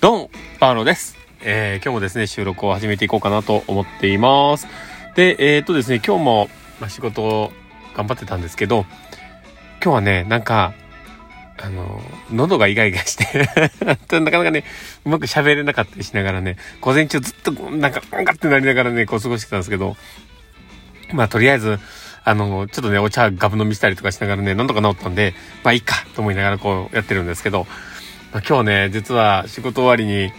どうも、パーロです。今日もですね、収録を始めていこうかなと思っています。で、ですね、今日も、仕事を頑張ってたんですけど、今日はね、喉がイガイガしてなかなかね、うまく喋れなかったりしながらね、午前中ずっとうんがってなりながらね、過ごしてたんですけど、とりあえず、ちょっとね、お茶ガブ飲みしたりとかしながらね、なんとか治ったんで、いいかと思いながらやってるんですけど、今日ね、実は仕事終わりに、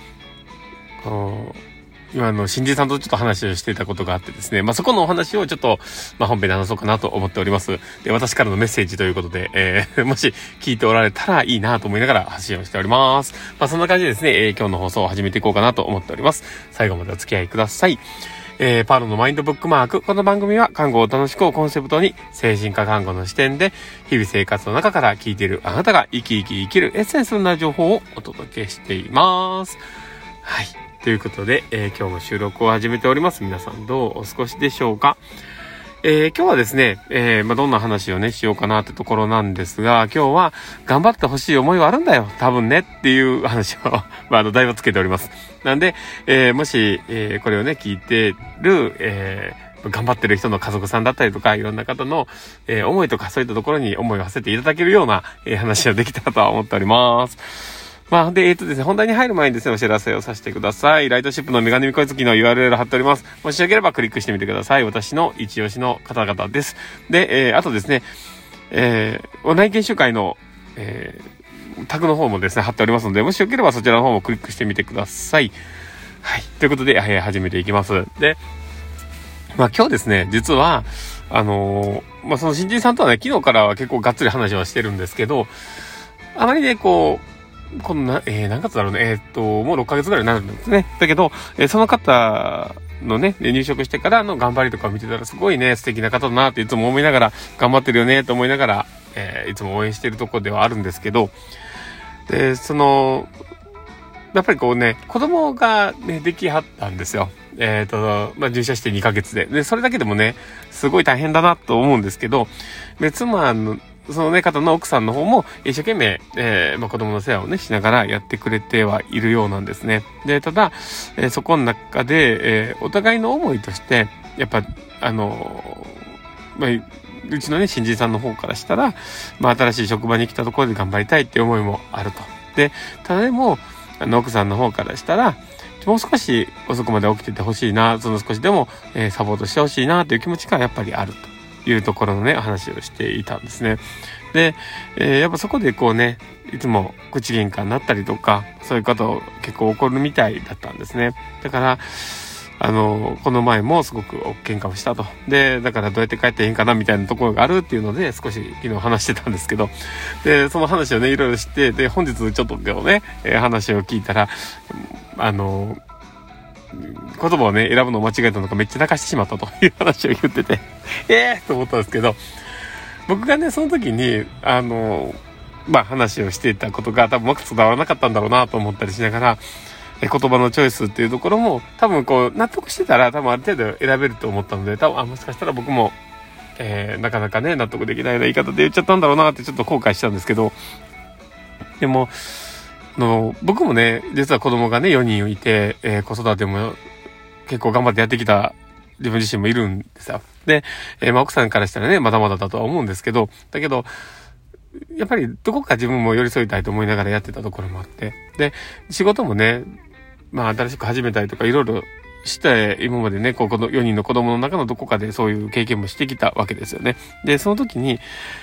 今新人さんとちょっと話をしていたことがあってですね、そこのお話をちょっと、本編で話そうかなと思っております。で、私からのメッセージということで、もし聞いておられたらいいなと思いながら発信をしております。そんな感じでですね、今日の放送を始めていこうかなと思っております。最後までお付き合いください。パーロのマインドブックマーク。この番組は看護を楽しくをコンセプトに精神科看護の視点で日々生活の中から聞いているあなたが生き生きるエッセンスな情報をお届けしています。はい。ということで、今日も収録を始めております。皆さんどうお過ごしでしょうか。今日はですね、どんな話をね、しようかなってところなんですが、今日は頑張ってほしい思いはあるんだよ。多分ねっていう話を、だいぶつけております。なんで、もし、これをね、聞いてる、頑張ってる人の家族さんだったりとか、いろんな方の、思いとかそういったところに思いを馳せていただけるような、話をできたらとは思っております。で、ですね、本題に入る前にですね、お知らせをさせてください。ライトシップのメガネミコイツキの URL 貼っております。もしよければクリックしてみてください。私の一押しの方々です。で、あとですね、オンライン研修会の、タグの方もですね、貼っておりますので、もしよければそちらの方もクリックしてみてください。はい。ということで、始めていきます。で、今日ですね、実は、その新人さんとはね、昨日からは結構がっつり話はしてるんですけど、あまりね、何月だろうね。もう6ヶ月ぐらいになるんですね。だけど、その方のね、入職してからの頑張りとかを見てたらすごいね、素敵な方だなっていつも思いながら、頑張ってるよねと思いながら、いつも応援してるところではあるんですけど、で、やっぱり子供がね、できはったんですよ。入社して2ヶ月で。で、それだけでもね、すごい大変だなと思うんですけど、妻の、そのね、方の奥さんの方も一生懸命、子供の世話をね、しながらやってくれてはいるようなんですね。で、ただ、そこの中で、お互いの思いとして、やっぱ、うちのね、新人さんの方からしたら、新しい職場に来たところで頑張りたいっていう思いもあると。で、ただでも、奥さんの方からしたら、もう少し遅くまで起きててほしいな、少しでも、サポートしてほしいなという気持ちがやっぱりあると。いうところのね、話をしていたんですね。で、やっぱそこでいつも口喧嘩になったりとか、そういう方を結構起こるみたいだったんですね。だから、この前もすごく喧嘩をしたと。で、だからどうやって帰っていいんかなみたいなところがあるっていうので、少し昨日話してたんですけど、で、その話をね、いろいろして、で、本日ちょっと今日ね、話を聞いたら、言葉をね、選ぶのを間違えたのかめっちゃ泣かしてしまったという話を言ってて、と思ったんですけど、僕がね、その時に、話をしていたことが多分うまく伝わらなかったんだろうなと思ったりしながら、言葉のチョイスっていうところも、多分納得してたら多分ある程度選べると思ったので、もしかしたら僕も、なかなかね、納得できないような言い方で言っちゃったんだろうなってちょっと後悔したんですけど、でも、僕もね、実は子供がね、4人いて、子育ても結構頑張ってやってきた自分自身もいるんですよ。で、奥さんからしたらね、まだまだだとは思うんですけど、だけど、やっぱりどこか自分も寄り添いたいと思いながらやってたところもあって、で、仕事もね、新しく始めたりとかいろいろして、今までね、この4人の子供の中のどこかでそういう経験もしてきたわけですよね。で、その時に、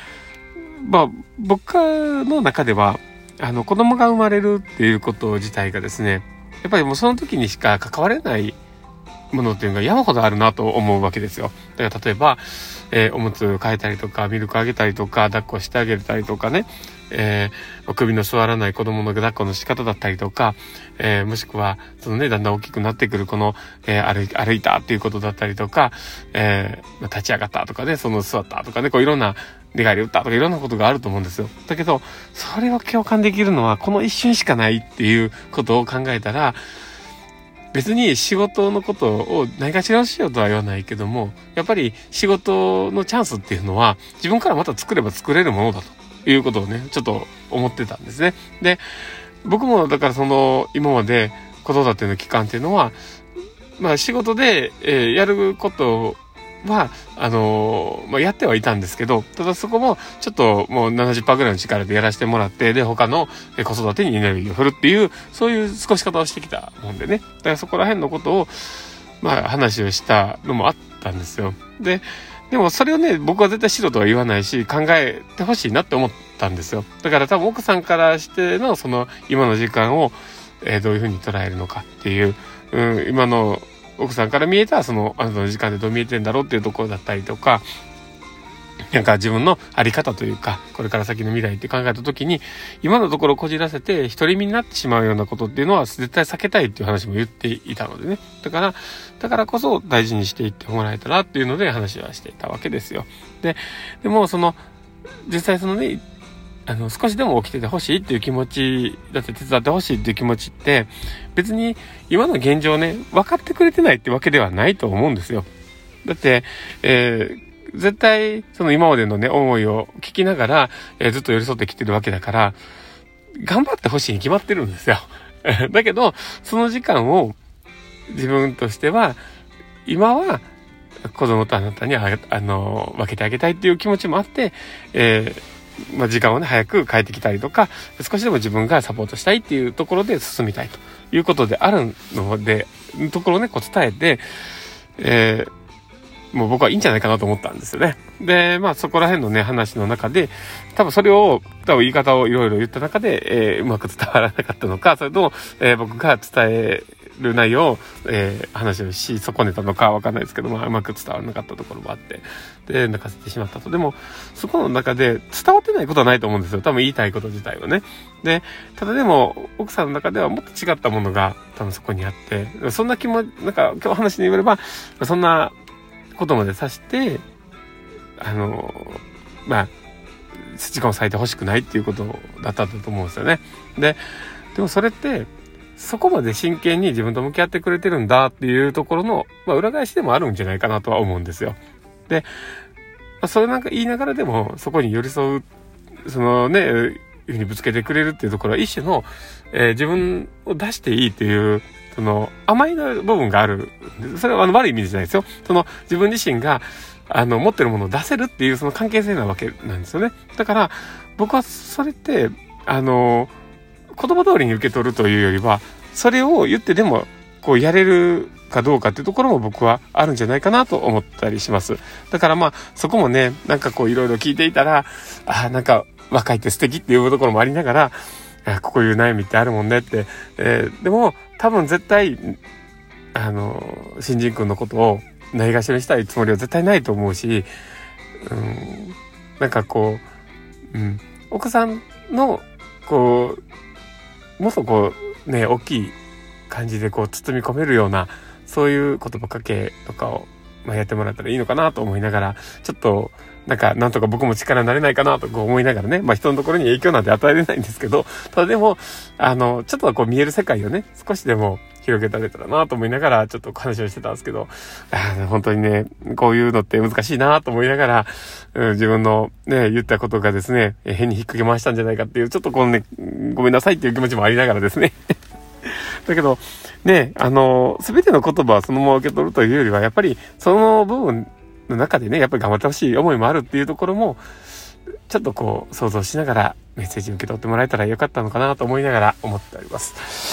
僕の中では、子供が生まれるっていうこと自体がですね、やっぱりもうその時にしか関われないものっていうのが山ほどあるなと思うわけですよ。だから例えば、おむつ変えたりとか、ミルクあげたりとか、抱っこしてあげたりとかね、首の座らない子供の抱っこの仕方だったりとか、もしくは、だんだん大きくなってくる歩いたっていうことだったりとか、立ち上がったとかね、座ったとかね、いろんな、寝返り打ったとかいろんなことがあると思うんですよ。だけど、それを共感できるのはこの一瞬しかないっていうことを考えたら、別に仕事のことを何かしらをしようとは言わないけども、やっぱり仕事のチャンスっていうのは自分からまた作れば作れるものだということをね、ちょっと思ってたんですね。で、 僕もだから今まで子育ての期間っていうのは、仕事で、やることは、やってはいたんですけど、ただそこもちょっともう 70% ぐらいの力でやらせてもらって、で、他の子育てにエネルギーを振るっていう、そういう過ごし方をしてきたもんでね。だからそこら辺のことを、話をしたのもあったんですよ。でもそれをね、僕は絶対しろとは言わないし、考えてほしいなって思ったんですよ。だから多分奥さんからしての今の時間を、どういうふうに捉えるのかっていう、今の奥さんから見えたあなたの時間でどう見えてんだろうっていうところだったりとか、なんか自分のあり方というか、これから先の未来って考えた時に、今のところこじらせて独り身になってしまうようなことっていうのは絶対避けたいっていう話も言っていたのでね。だからこそ大事にしていってもらえたらっていうので話はしていたわけですよ。でも実際少しでも起きててほしいっていう気持ち、だって手伝ってほしいっていう気持ちって、別に今の現状ね、分かってくれてないってわけではないと思うんですよ。だって、絶対、今までのね、思いを聞きながら、ずっと寄り添ってきてるわけだから、頑張ってほしいに決まってるんですよ。だけど、その時間を自分としては、今は子供とあなたに分けてあげたいっていう気持ちもあって、時間をね、早く帰ってきたりとか、少しでも自分がサポートしたいっていうところで進みたいということであるので、ところをね、伝えて、もう僕はいいんじゃないかなと思ったんですよね。で、そこら辺のね、話の中で、多分それを、言い方をいろいろ言った中で、うまく伝わらなかったのか、それとも、僕が伝える内容を、話をし損ねたのかわかんないですけど、うまく伝わらなかったところもあって、で、泣かせてしまったと。でも、そこの中で伝わってないことはないと思うんですよ。多分言いたいこと自体はね。で、ただでも、奥さんの中ではもっと違ったものが多分そこにあって、そんな気も、今日話に言われば、そんな、ことまでさして、時間を割いてほしくないっていうことだったと思うんですよね。でもそれって、そこまで真剣に自分と向き合ってくれてるんだっていうところの、裏返しでもあるんじゃないかなとは思うんですよ。で、それなんか言いながらでも、そこに寄り添う、いうふうにぶつけてくれるっていうところは一種の、自分を出していいっていう、甘いの部分がある。それは悪い意味じゃないですよ。自分自身が、持ってるものを出せるっていうその関係性なわけなんですよね。だから、僕はそれって、言葉通りに受け取るというよりは、それを言ってでも、やれるかどうかっていうところも僕はあるんじゃないかなと思ったりします。だからそこもね、いろいろ聞いていたら、若いって素敵っていうところもありながら、こういう悩みってあるもんねって、でも多分絶対新人君のことをないがしろにしたいつもりは絶対ないと思うし、奥さんのもっと大きい感じで包み込めるようなそういう言葉かけとかをやってもらったらいいのかなと思いながら、ちょっとなんとか僕も力になれないかなと思いながらね、人のところに影響なんて与えれないんですけど、ただでもちょっと見える世界をね、少しでも広げられたらなと思いながらちょっと話をしてたんですけど、本当にね、こういうのって難しいなと思いながら、自分のね、言ったことがですね、変に引っ掛け回したんじゃないかっていう、ちょっとごめんなさいっていう気持ちもありながらですね。だけど、ね、すべての言葉はそのまま受け取るというよりは、やっぱりその部分の中でね、やっぱり頑張ってほしい思いもあるっていうところも、ちょっと想像しながらメッセージ受け取ってもらえたらよかったのかなと思いながら思っております。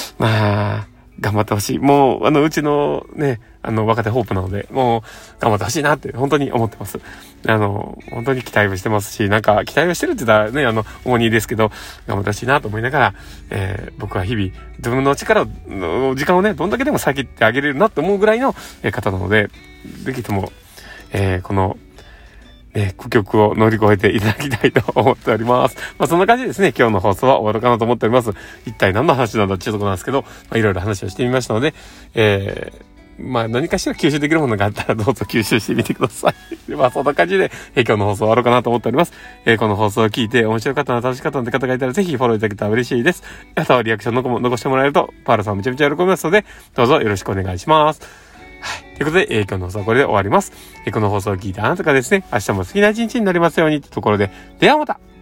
頑張ってほしい。もう、うちのね、若手ホープなので、もう、頑張ってほしいなって、本当に思ってます。本当に期待をしてますし、期待をしてるって言ったらね、重荷ですけど、頑張ってほしいなと思いながら、僕は日々、自分の力の時間をね、どんだけでも割いてあげれるなって思うぐらいの方なので、ぜひとも、この、苦局を乗り越えていただきたいと思っております。そんな感じでですね、今日の放送は終わるかなと思っております。一体何の話なんだっていうところなんですけど、いろいろ話をしてみましたので、何かしら吸収できるものがあったらどうぞ吸収してみてください。そんな感じで、今日の放送終わろうかなと思っております。この放送を聞いて面白かったな、楽しかったなって方がいたらぜひフォローいただけたら嬉しいです。あとはリアクションの子も残してもらえると、パールさんめちゃめちゃ喜びますので、どうぞよろしくお願いします。はい。ということで、今日の放送はこれで終わります。この放送を聞いたあなたがですね、明日も好きな一日になりますようにというところで、ではまた。